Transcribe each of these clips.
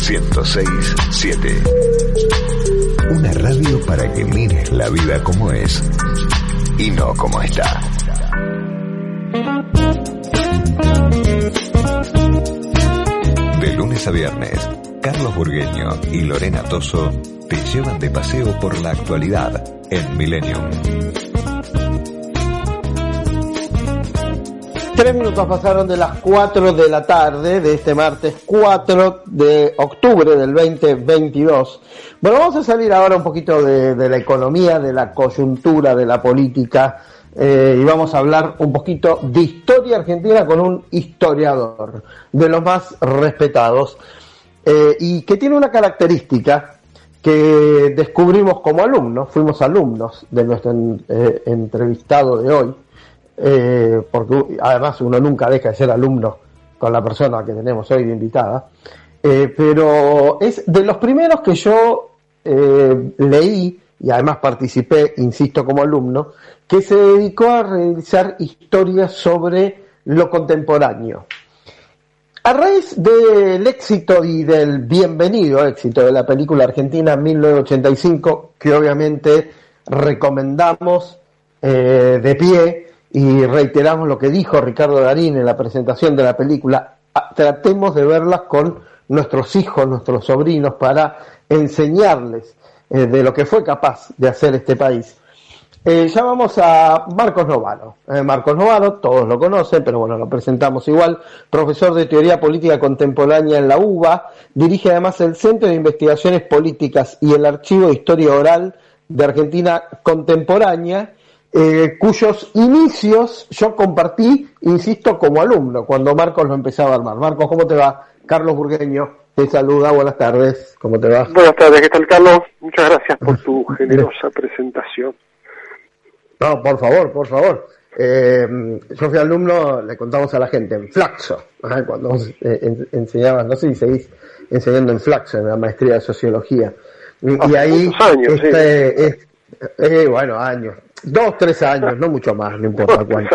106.7. Una radio para que mires la vida como es y no como está. De lunes a viernes, Carlos Burgueño y Lorena Toso te llevan de paseo por la actualidad en Millennium. 3 minutos pasaron de las 4 de la tarde de este martes 4 de octubre del 2022. Bueno, vamos a salir ahora un poquito de la economía, de la coyuntura, de la política, y vamos a hablar un poquito de historia argentina con un historiador de los más respetados, y que tiene una característica que descubrimos como alumnos, fuimos alumnos de nuestro entrevistado de hoy, porque además uno nunca deja de ser alumno con la persona que tenemos hoy de invitada, pero es de los primeros que yo leí y además participé, insisto, como alumno, que se dedicó a realizar historias sobre lo contemporáneo. A raíz del éxito y del bienvenido éxito de la película argentina 1985, que obviamente recomendamos de pie, y reiteramos lo que dijo Ricardo Darín en la presentación de la película, tratemos de verlas con nuestros hijos, nuestros sobrinos, para enseñarles de lo que fue capaz de hacer este país. Llamamos a Marcos Novaro. Marcos Novaro, todos lo conocen, pero bueno, lo presentamos igual. Profesor de Teoría Política Contemporánea en la UBA, dirige además el Centro de Investigaciones Políticas y el Archivo de Historia Oral de Argentina Contemporánea, cuyos inicios yo compartí, insisto, como alumno, cuando Marcos lo empezaba a armar. Marcos, ¿cómo te va? Carlos Burgueño te saluda, buenas tardes, ¿cómo te va? Buenas tardes, ¿qué tal, Carlos? Muchas gracias por tu generosa presentación. No, por favor. Yo fui alumno, le contamos a la gente, en Flaxo, cuando enseñabas, no sé si seguís enseñando en Flaxo, en la maestría de Sociología. Y ahí, años, sí. Bueno, años. 2, 3 años, no mucho más, no importa cuánto.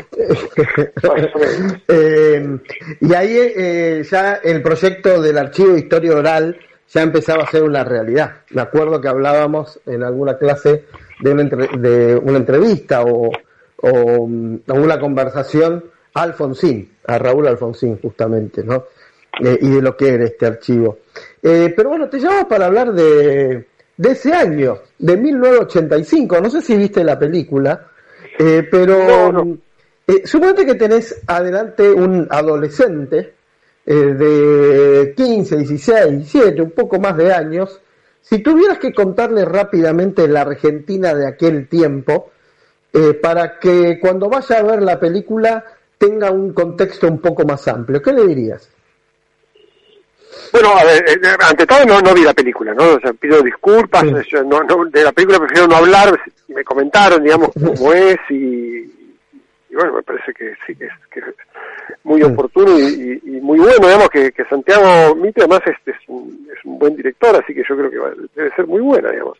Y ahí ya el proyecto del Archivo de Historia Oral ya empezaba a ser una realidad. Me acuerdo que hablábamos en alguna clase de una entrevista o una conversación a Raúl Alfonsín justamente, ¿no? Y de lo que era este archivo. Pero bueno, te llamo para hablar de ese año, de 1985, no sé si viste la película, pero no. Suponete que tenés adelante un adolescente de 15, 16, 17, un poco más de años. Si tuvieras que contarle rápidamente la Argentina de aquel tiempo, para que cuando vaya a ver la película tenga un contexto un poco más amplio, ¿qué le dirías? Bueno, a ver, ante todo no vi la película, ¿no? O sea, pido disculpas, sí. Yo no, de la película prefiero no hablar, me comentaron, digamos, cómo es, y bueno, me parece que sí, que es muy oportuno y muy bueno, digamos, que Santiago Mitre además es un buen director, así que yo creo que debe ser muy buena, digamos.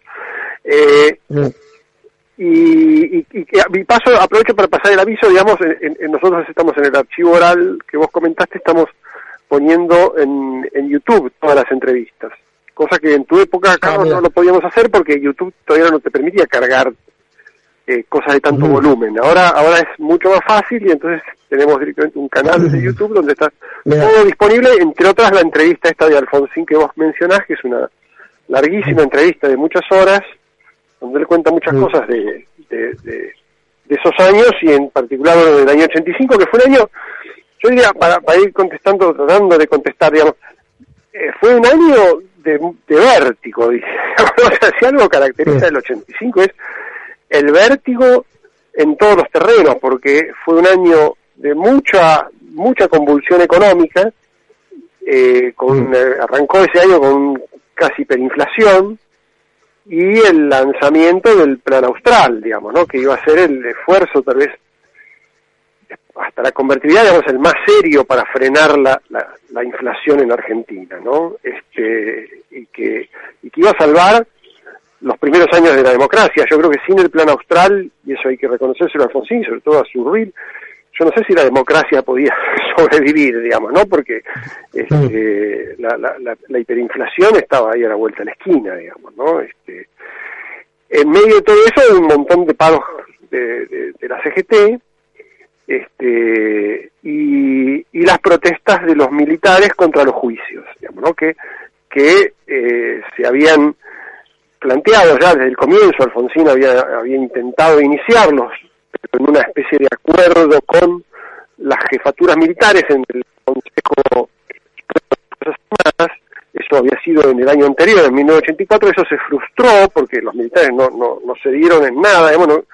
Aprovecho para pasar el aviso, digamos, nosotros estamos en el archivo oral que vos comentaste, estamos poniendo en YouTube todas las entrevistas, cosa que en tu época acá no lo podíamos hacer porque YouTube todavía no te permitía cargar cosas de tanto volumen. Ahora es mucho más fácil y entonces tenemos directamente un canal de YouTube donde está todo disponible, entre otras la entrevista esta de Alfonsín que vos mencionás, que es una larguísima entrevista de muchas horas, donde él cuenta muchas cosas de esos años y en particular del año 85, que fue un año, yo diría, para ir contestando, tratando de contestar, digamos, fue un año de vértigo, dice. O sea, si algo caracteriza el 85 es el vértigo en todos los terrenos, porque fue un año de mucha convulsión económica, arrancó ese año con casi hiperinflación, y el lanzamiento del Plan Austral, digamos, ¿no? Que iba a ser el esfuerzo, tal vez, hasta la convertibilidad, digamos, el más serio para frenar la inflación en Argentina, ¿no? Y que iba a salvar los primeros años de la democracia. Yo creo que sin el Plan Austral, y eso hay que reconocérselo a Alfonsín, sobre todo a Surril, yo no sé si la democracia podía sobrevivir, digamos, ¿no? Porque la hiperinflación estaba ahí a la vuelta de la esquina, digamos, ¿no? En medio de todo eso hay un montón de paros de la CGT, y las protestas de los militares contra los juicios, digamos, ¿no? Que se habían planteado ya desde el comienzo. Alfonsín había intentado iniciarlos, pero en una especie de acuerdo con las jefaturas militares en el Consejo de las Fuerzas Armadas. Eso había sido en el año anterior, en 1984. Eso se frustró porque los militares no cedieron en nada, digamos, ¿no?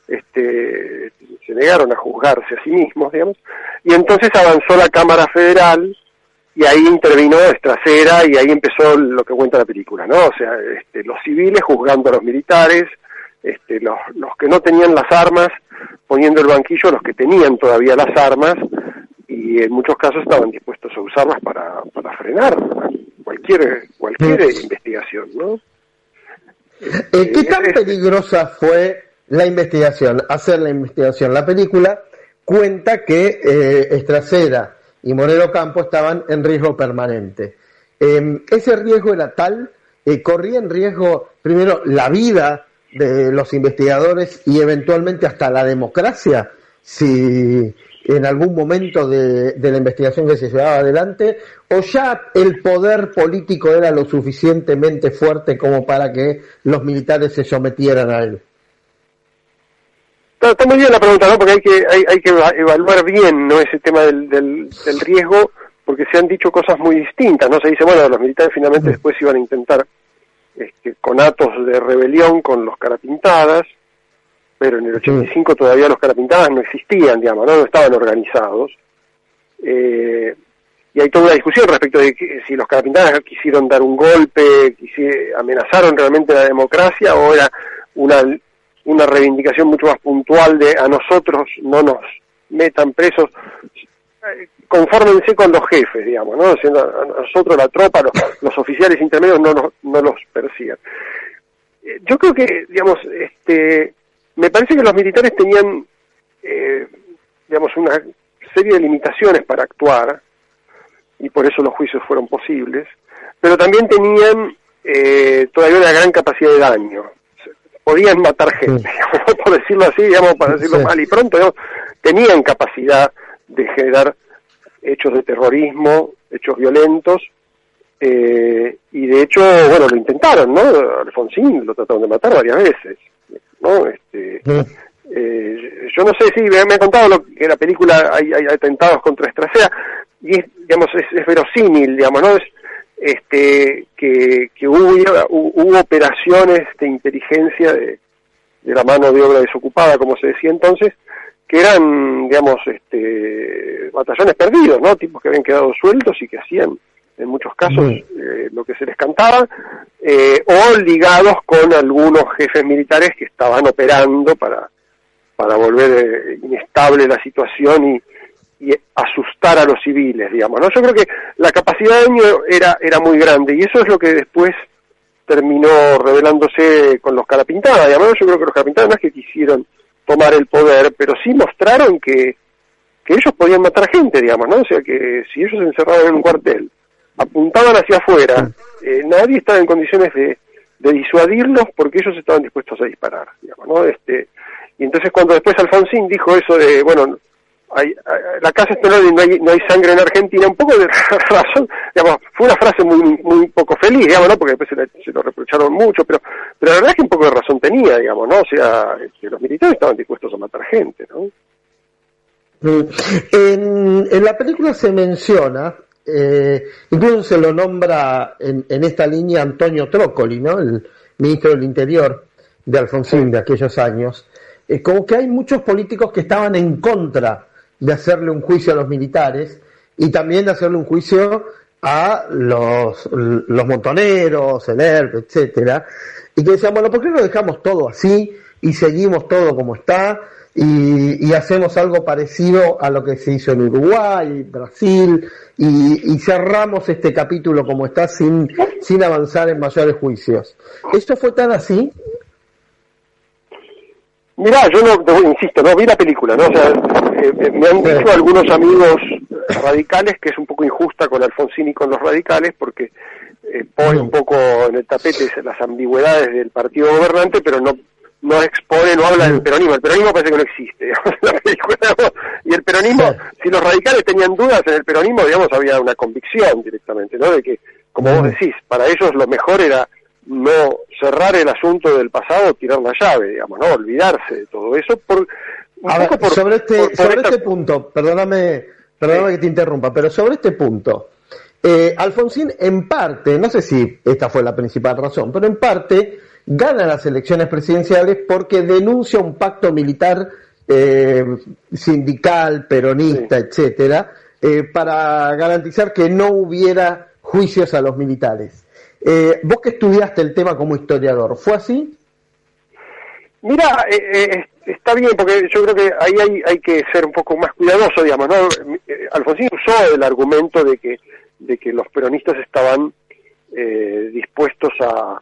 Se negaron a juzgarse a sí mismos, digamos, y entonces avanzó la Cámara Federal y ahí intervino Estracera y ahí empezó lo que cuenta la película, ¿no? O sea, los civiles juzgando a los militares, los que no tenían las armas poniendo el banquillo a los que tenían todavía las armas, y en muchos casos estaban dispuestos a usarlas para frenar cualquier investigación, ¿no? ¿Qué tan peligrosa fue la investigación, hacer la investigación? La película cuenta que Estracera y Moreno Campo estaban en riesgo permanente. Ese riesgo era tal, corría en riesgo primero la vida de los investigadores y eventualmente hasta la democracia, si en algún momento de la investigación que se llevaba adelante, o ya el poder político era lo suficientemente fuerte como para que los militares se sometieran a él. Está muy bien la pregunta, ¿no? Porque hay que evaluar bien, ¿no?, ese tema del riesgo, porque se han dicho cosas muy distintas, ¿no? Se dice, bueno, los militares finalmente después iban a intentar conatos de rebelión con los Carapintadas, pero en el 85 todavía los Carapintadas no existían, digamos, no estaban organizados. Y hay toda una discusión respecto de que si los Carapintadas quisieron dar un golpe, amenazaron realmente la democracia, o era una reivindicación mucho más puntual de a nosotros no nos metan presos, confórmense con los jefes, digamos, ¿no? Siendo a nosotros la tropa, los oficiales intermedios no los persigan. Yo creo que, digamos, me parece que los militares tenían, digamos, una serie de limitaciones para actuar, y por eso los juicios fueron posibles, pero también tenían todavía una gran capacidad de daño. Podían matar gente, por decirlo así, digamos, para decirlo mal y pronto, digamos, tenían capacidad de generar hechos de terrorismo, hechos violentos, y de hecho, bueno, lo intentaron, ¿no? Alfonsín lo trataron de matar varias veces, ¿no? Yo no sé si me han contado que en la película hay atentados contra Estracera, y digamos, es verosímil, digamos, ¿no? Que hubo operaciones de inteligencia de la mano de obra desocupada, como se decía entonces, que eran, digamos, batallones perdidos, ¿no? Tipos que habían quedado sueltos y que hacían, en muchos casos, lo que se les cantaba, o ligados con algunos jefes militares que estaban operando para volver inestable la situación y asustar a los civiles, digamos, ¿no? Yo creo que la capacidad de daño era muy grande, y eso es lo que después terminó revelándose con los Carapintadas, digamos. Yo creo que los Carapintadas no es que quisieron tomar el poder, pero sí mostraron que ellos podían matar gente, digamos, ¿no? O sea, que si ellos se encerraban en un cuartel, apuntaban hacia afuera, nadie estaba en condiciones de disuadirlos, porque ellos estaban dispuestos a disparar, digamos, ¿no? Y entonces cuando después Alfonsín dijo eso de, bueno, la casa está en orden, no hay sangre en Argentina, un poco de razón, digamos, fue una frase muy poco feliz, digamos, ¿no? Porque después se lo reprocharon mucho, pero la verdad es que un poco de razón tenía, digamos, ¿no? O sea, que los militares estaban dispuestos a matar gente, ¿no? En la película se menciona, incluso se lo nombra en esta línea Antonio Trócoli, ¿no? El ministro del Interior de Alfonsín de aquellos años, como que hay muchos políticos que estaban en contra de hacerle un juicio a los militares y también de hacerle un juicio a los montoneros, el ERP, etcétera, y que decían, bueno, ¿por qué no dejamos todo así y seguimos todo como está y hacemos algo parecido a lo que se hizo en Uruguay, Brasil, y cerramos este capítulo como está sin avanzar en mayores juicios? ¿Esto fue tan así? Mirá, yo insisto, no vi la película, ¿no? O sea, me han dicho algunos amigos radicales que es un poco injusta con Alfonsín y con los radicales porque pone un poco en el tapete las ambigüedades del partido gobernante, pero no expone, no habla del peronismo. El peronismo parece que no existe, digamos, en la película, digamos, y el peronismo, si los radicales tenían dudas en el peronismo, digamos, había una convicción directamente, ¿no? De que, como vos decís, para ellos lo mejor era no cerrar el asunto del pasado, tirar la llave, digamos, no olvidarse de todo eso. Sobre este punto, perdóname que te interrumpa, pero sobre este punto, Alfonsín en parte, no sé si esta fue la principal razón, pero en parte gana las elecciones presidenciales porque denuncia un pacto militar sindical, peronista, etcétera, para garantizar que no hubiera juicios a los militares. Vos que estudiaste el tema como historiador, ¿fue así? Mira, está bien, porque yo creo que ahí hay que ser un poco más cuidadoso, digamos, ¿no? Alfonsín usó el argumento de que los peronistas estaban dispuestos a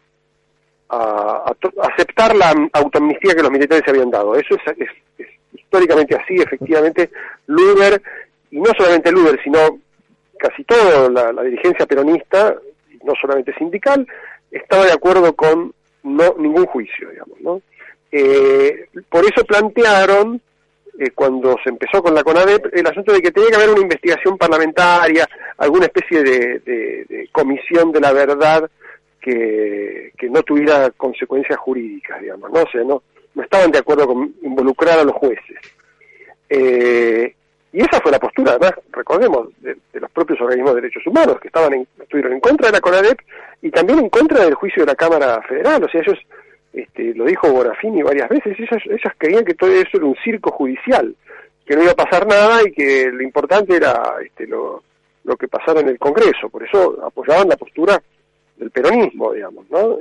aceptar la autoamnistía que los militares se habían dado. Eso es históricamente así, efectivamente. Luder, y no solamente Luder, sino casi toda la dirigencia peronista, no solamente sindical, estaba de acuerdo con ningún juicio, digamos, ¿no? Por eso plantearon, cuando se empezó con la CONADEP, el asunto de que tenía que haber una investigación parlamentaria, alguna especie de comisión de la verdad que no tuviera consecuencias jurídicas, digamos, ¿no? O sea, no estaban de acuerdo con involucrar a los jueces. Y esa fue la postura, además, recordemos, de los propios organismos de derechos humanos, que estuvieron en contra de la CONADEP y también en contra del juicio de la Cámara Federal. O sea, ellos, lo dijo Bonafini varias veces, ellas creían que todo eso era un circo judicial, que no iba a pasar nada y que lo importante era lo que pasara en el Congreso. Por eso apoyaban la postura del peronismo, digamos, ¿no?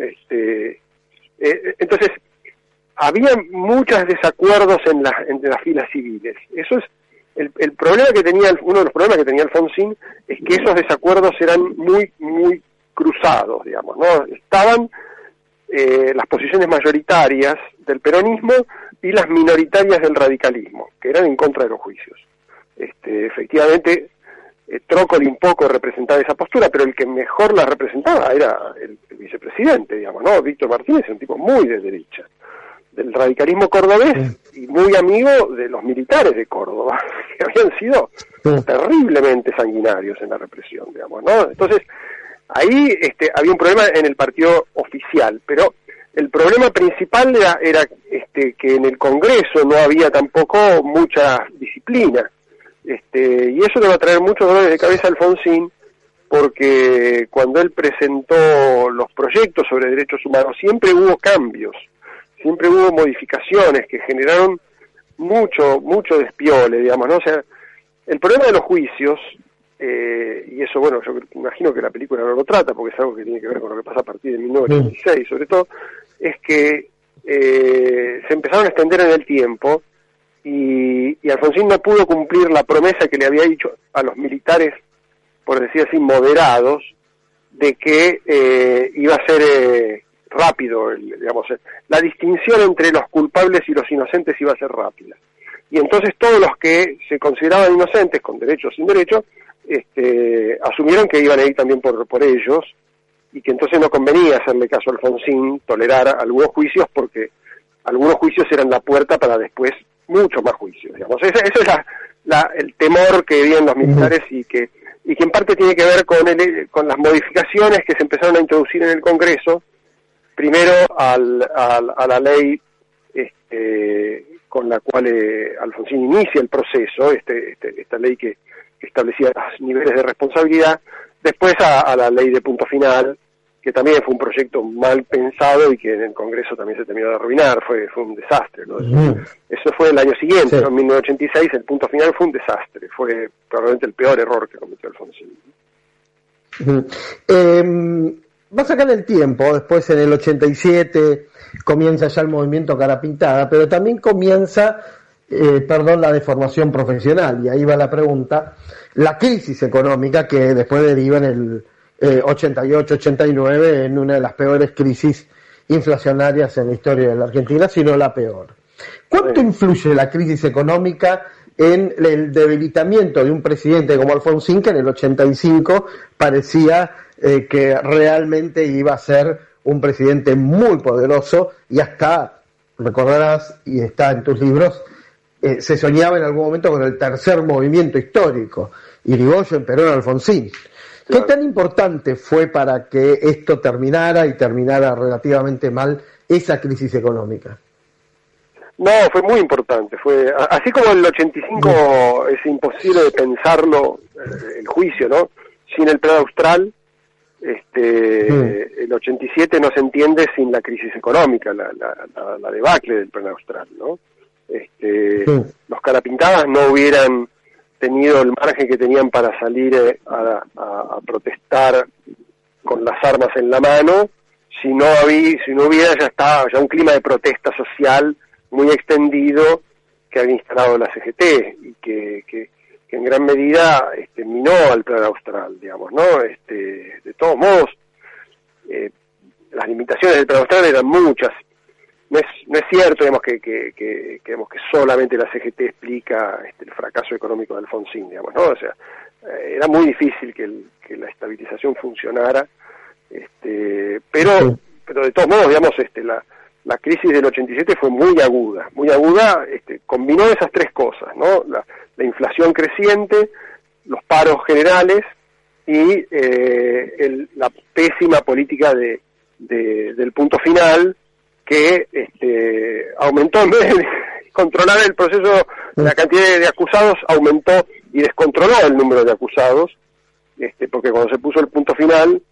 Entonces, había muchos desacuerdos entre las filas civiles. Eso es el problema que tenía, uno de los problemas que tenía Alfonsín es que esos desacuerdos eran muy, muy cruzados, digamos, ¿no? Estaban las posiciones mayoritarias del peronismo y las minoritarias del radicalismo, que eran en contra de los juicios. Efectivamente, Trócoli un poco representaba esa postura, pero el que mejor la representaba era el vicepresidente, digamos, ¿no? Víctor Martínez es un tipo muy de derecha, del radicalismo cordobés y muy amigo de los militares de Córdoba, que habían sido terriblemente sanguinarios en la represión, digamos, ¿no? Entonces, ahí había un problema en el partido oficial, pero el problema principal era que en el Congreso no había tampoco mucha disciplina, y eso le va a traer muchos dolores de cabeza a Alfonsín, porque cuando él presentó los proyectos sobre derechos humanos siempre hubo cambios, siempre hubo modificaciones que generaron mucho despiole, digamos, ¿no? O sea, el problema de los juicios, y eso, bueno, yo imagino que la película no lo trata, porque es algo que tiene que ver con lo que pasa a partir de 1986, sobre todo, es que se empezaron a extender en el tiempo, y Alfonsín no pudo cumplir la promesa que le había dicho a los militares, por decir así, moderados, de que iba a ser rápido, digamos, la distinción entre los culpables y los inocentes iba a ser rápida. Y entonces todos los que se consideraban inocentes, con derecho o sin derecho, asumieron que iban a ir también por ellos, y que entonces no convenía hacerle caso a Alfonsín, tolerar algunos juicios, porque algunos juicios eran la puerta para después muchos más juicios, digamos. Ese es el temor que vivían los militares y que en parte tiene que ver con las modificaciones que se empezaron a introducir en el Congreso, primero a la ley con la cual Alfonsín inicia el proceso, esta ley que establecía los niveles de responsabilidad, después a la ley de punto final, que también fue un proyecto mal pensado y que en el Congreso también se terminó de arruinar, fue un desastre, ¿no? Eso fue el año siguiente, sí. En 1986 el punto final fue un desastre, fue probablemente el peor error que cometió Alfonsín. Va a sacar el tiempo, después en el 87 comienza ya el movimiento Cara Pintada, pero también comienza, la deformación profesional, y ahí va la pregunta, la crisis económica que después deriva en el 88-89 en una de las peores crisis inflacionarias en la historia de la Argentina, si no la peor. ¿Cuánto influye la crisis económica en el debilitamiento de un presidente como Alfonsín, que en el 85 parecía que realmente iba a ser un presidente muy poderoso, y hasta, recordarás, y está en tus libros, se soñaba en algún momento con el tercer movimiento histórico, Irigoyen, Perón, Alfonsín? ¿Qué tan importante fue para que esto terminara y terminara relativamente mal esa crisis económica? No, fue muy importante. Fue así como el 85 es imposible de pensarlo, el juicio, ¿no? Sin el plan austral, el 87 no se entiende sin la crisis económica, la debacle del plan austral, ¿no? Los carapintadas no hubieran tenido el margen que tenían para salir a protestar con las armas en la mano, si no hubiera ya un clima de protesta social muy extendido que había instalado la CGT y que en gran medida minó al plan austral, digamos, ¿no? De todos modos, las limitaciones del plan austral eran muchas. No es cierto, digamos, que solamente la CGT explica el fracaso económico de Alfonsín, digamos, ¿no? O sea, era muy difícil que la estabilización funcionara, pero de todos modos, digamos, la crisis del 87 fue muy aguda, combinó esas tres cosas, ¿no? La inflación creciente, los paros generales y la pésima política del punto final, que aumentó, en vez de controlar el proceso, la cantidad de acusados, aumentó y descontroló el número de acusados, porque cuando se puso el punto final,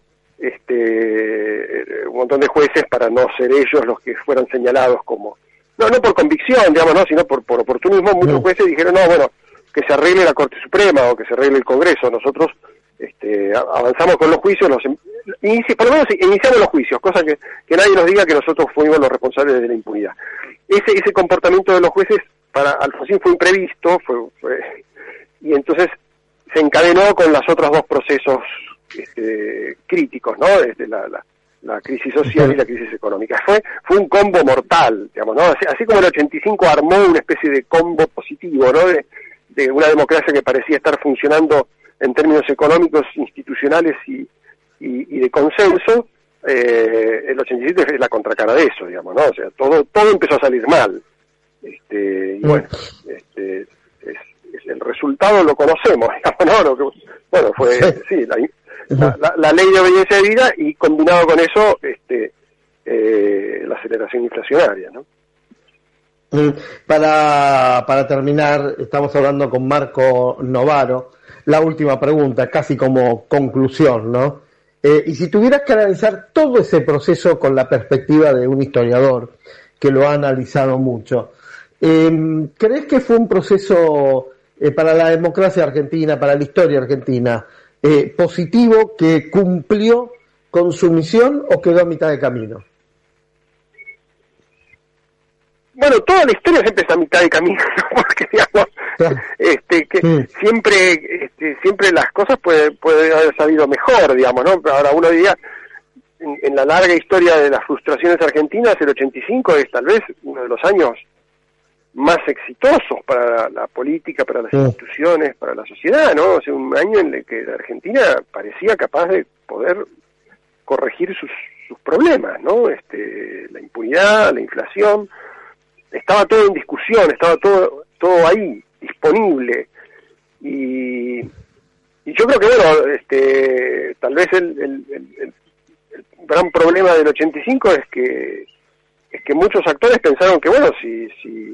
un montón de jueces, para no ser ellos los que fueran señalados como, no por convicción, digamos, no, sino por oportunismo, muchos jueces dijeron, no, bueno, que se arregle la Corte Suprema o que se arregle el Congreso. Nosotros avanzamos con los juicios, por lo menos iniciamos los juicios, cosa que nadie nos diga que nosotros fuimos los responsables de la impunidad. Ese comportamiento de los jueces para Alfonsín fue imprevisto, y entonces se encadenó con los otros dos procesos críticos, ¿no? La crisis social y la crisis económica. Fue un combo mortal, digamos, ¿no? Así como el 85 armó una especie de combo positivo, ¿no? De una democracia que parecía estar funcionando en términos económicos, institucionales y de consenso, el 87 es la contracara de eso, digamos, ¿no? O sea, todo empezó a salir mal. Y bueno, el resultado lo conocemos, digamos, ¿no? Bueno, fue, sí, la ley de obediencia de vida, y combinado con eso, la aceleración inflacionaria, ¿no? Para terminar, estamos hablando con Marco Novaro. La última pregunta, casi como conclusión, ¿no? Y si tuvieras que analizar todo ese proceso con la perspectiva de un historiador que lo ha analizado mucho, ¿crees que fue un proceso para la democracia argentina, para la historia argentina, positivo, que cumplió con su misión, o quedó a mitad de camino? Bueno, toda la historia siempre está a mitad de camino, ¿no? Porque, digamos, siempre las cosas puede haber salido mejor, digamos, ¿no? Ahora uno diría, en la larga historia de las frustraciones argentinas, el 85 es tal vez uno de los años más exitosos para la política, para las instituciones, para la sociedad, ¿no? O sea, un año en el que la Argentina parecía capaz de poder corregir sus problemas, ¿no? La impunidad, la inflación, estaba todo en discusión, estaba todo ahí, disponible. Y yo creo que, bueno, tal vez el gran problema del 85 es que muchos actores pensaron que, bueno, si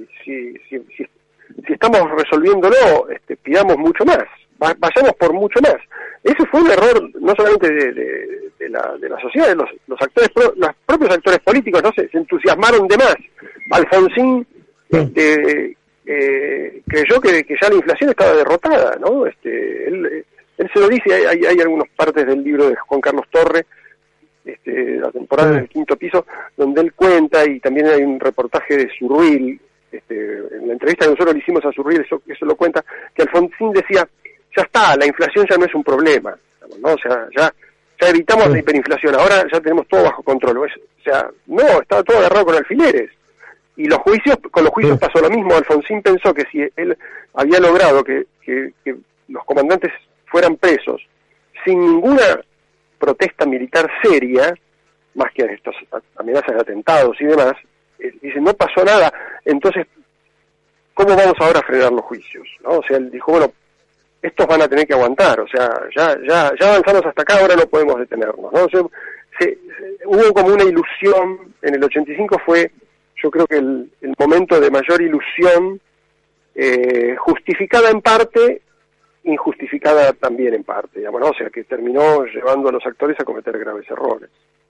estamos resolviéndolo, pidamos mucho más, vayamos por mucho más. Ese fue un error no solamente de la sociedad, los actores, los propios actores políticos, ¿no? Se entusiasmaron de más. Alfonsín creyó que ya la inflación estaba derrotada, ¿no? Él se lo dice, hay algunas partes del libro de Juan Carlos Torre, la temporada del Quinto Piso, donde él cuenta, y también hay un reportaje de Zurruil, en la entrevista que nosotros le hicimos a Zurruil, eso lo cuenta, que Alfonsín decía, ya está, la inflación ya no es un problema, ¿no? O sea, ya evitamos la hiperinflación, ahora ya tenemos todo bajo control. O sea, no, estaba todo agarrado con alfileres. Y con los juicios pasó lo mismo. Alfonsín pensó que si él había logrado que los comandantes fueran presos sin ninguna protesta militar seria, más que estas amenazas de atentados y demás, dice, no pasó nada, entonces, ¿cómo vamos ahora a frenar los juicios? ¿No? O sea, él dijo, bueno, estos van a tener que aguantar, o sea, ya avanzamos hasta acá, ahora no podemos detenernos, ¿no? O sea, hubo como una ilusión, en el 85 fue, yo creo que el momento de mayor ilusión, justificada en parte, injustificada también en parte, digamos, ¿no? O sea, que terminó llevando a los actores a cometer graves errores.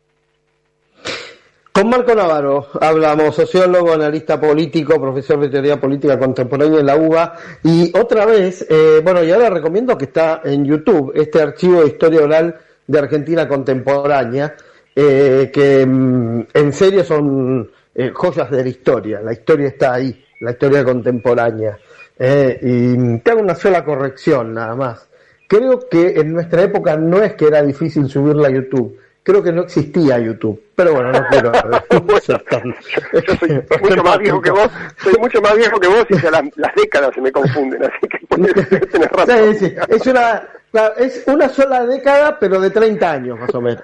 Con Marco Navarro hablamos, sociólogo, analista político, profesor de teoría política contemporánea en la UBA, y otra vez, y ahora recomiendo que está en YouTube este archivo de historia oral de Argentina contemporánea, que en serio son joyas de la historia está ahí, la historia contemporánea, y te hago una sola corrección nada más. Creo que en nuestra época no es que era difícil subirla a YouTube, creo que no existía YouTube, pero bueno, no quiero yo soy mucho más viejo que vos, y ya las décadas se me confunden, así que tenés razón. Sí, es una sola década, pero de 30 años más o menos.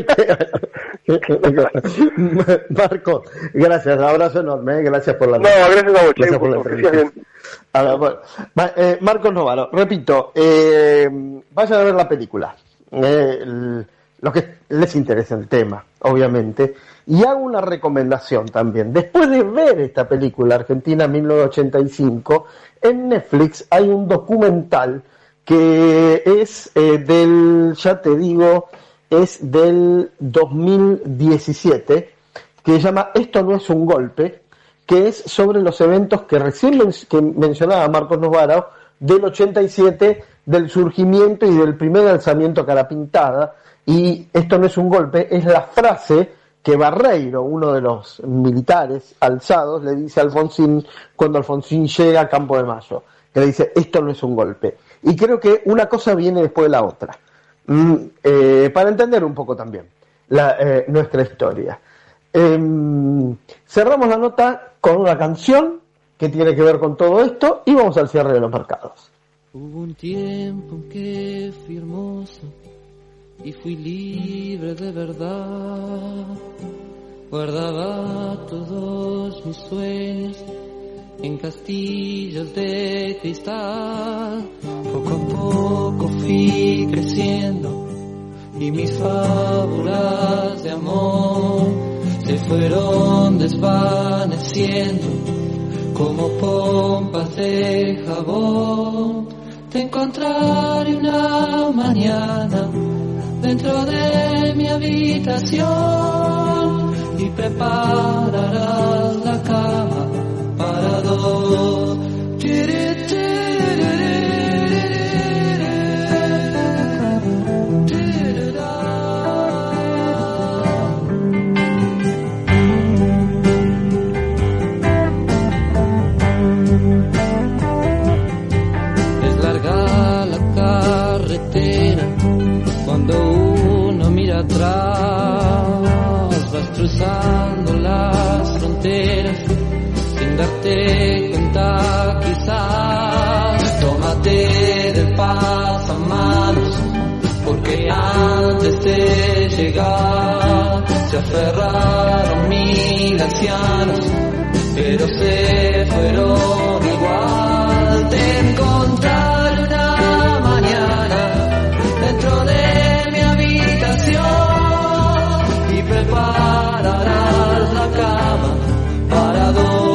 Marco, gracias, abrazo enorme, gracias por la gracias a vos, gracias por la entrevista. Marcos Novaro, repito, vayan a ver la película. Los que les interesa el tema, obviamente, y hago una recomendación también. Después de ver esta película, Argentina 1985, en Netflix hay un documental que es del 2017, que se llama Esto no es un golpe, que es sobre los eventos que recién que mencionaba Marcos Novaro, del 87, del surgimiento y del primer alzamiento a cara pintada. Y esto no es un golpe, es la frase que Barreiro, uno de los militares alzados, le dice a Alfonsín cuando Alfonsín llega a Campo de Mayo, que le dice, esto no es un golpe. Y creo que una cosa viene después de la otra, para entender un poco también nuestra historia. Cerramos la nota con una canción que tiene que ver con todo esto y vamos al cierre de los mercados. Hubo un tiempo en que fui hermoso y fui libre de verdad, guardaba todos mis sueños en castillos de cristal. Poco a poco fui creciendo y mis fábulas de amor se fueron desvaneciendo como pompas de jabón. Te encontraré una mañana dentro de mi habitación y prepararás la cama para dos. Es larga la carretera cuando uno mira atrás, vas cruzando las fronteras sin darte cuenta quizás. Tómate del pasamanos, porque antes de llegar se aferraron 1000 ancianos, pero se fueron igual. Te encontraré una mañana dentro de mi habitación y prepararás la cama para dos.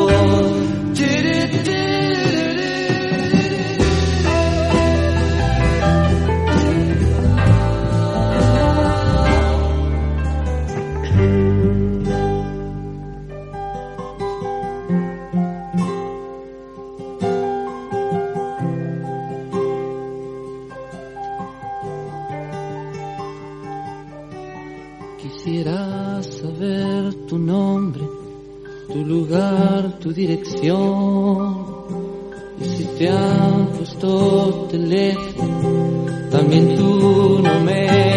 Quisiera saber tu nombre, tu lugar, tu dirección. Y si te han puesto teléfono, también tu número.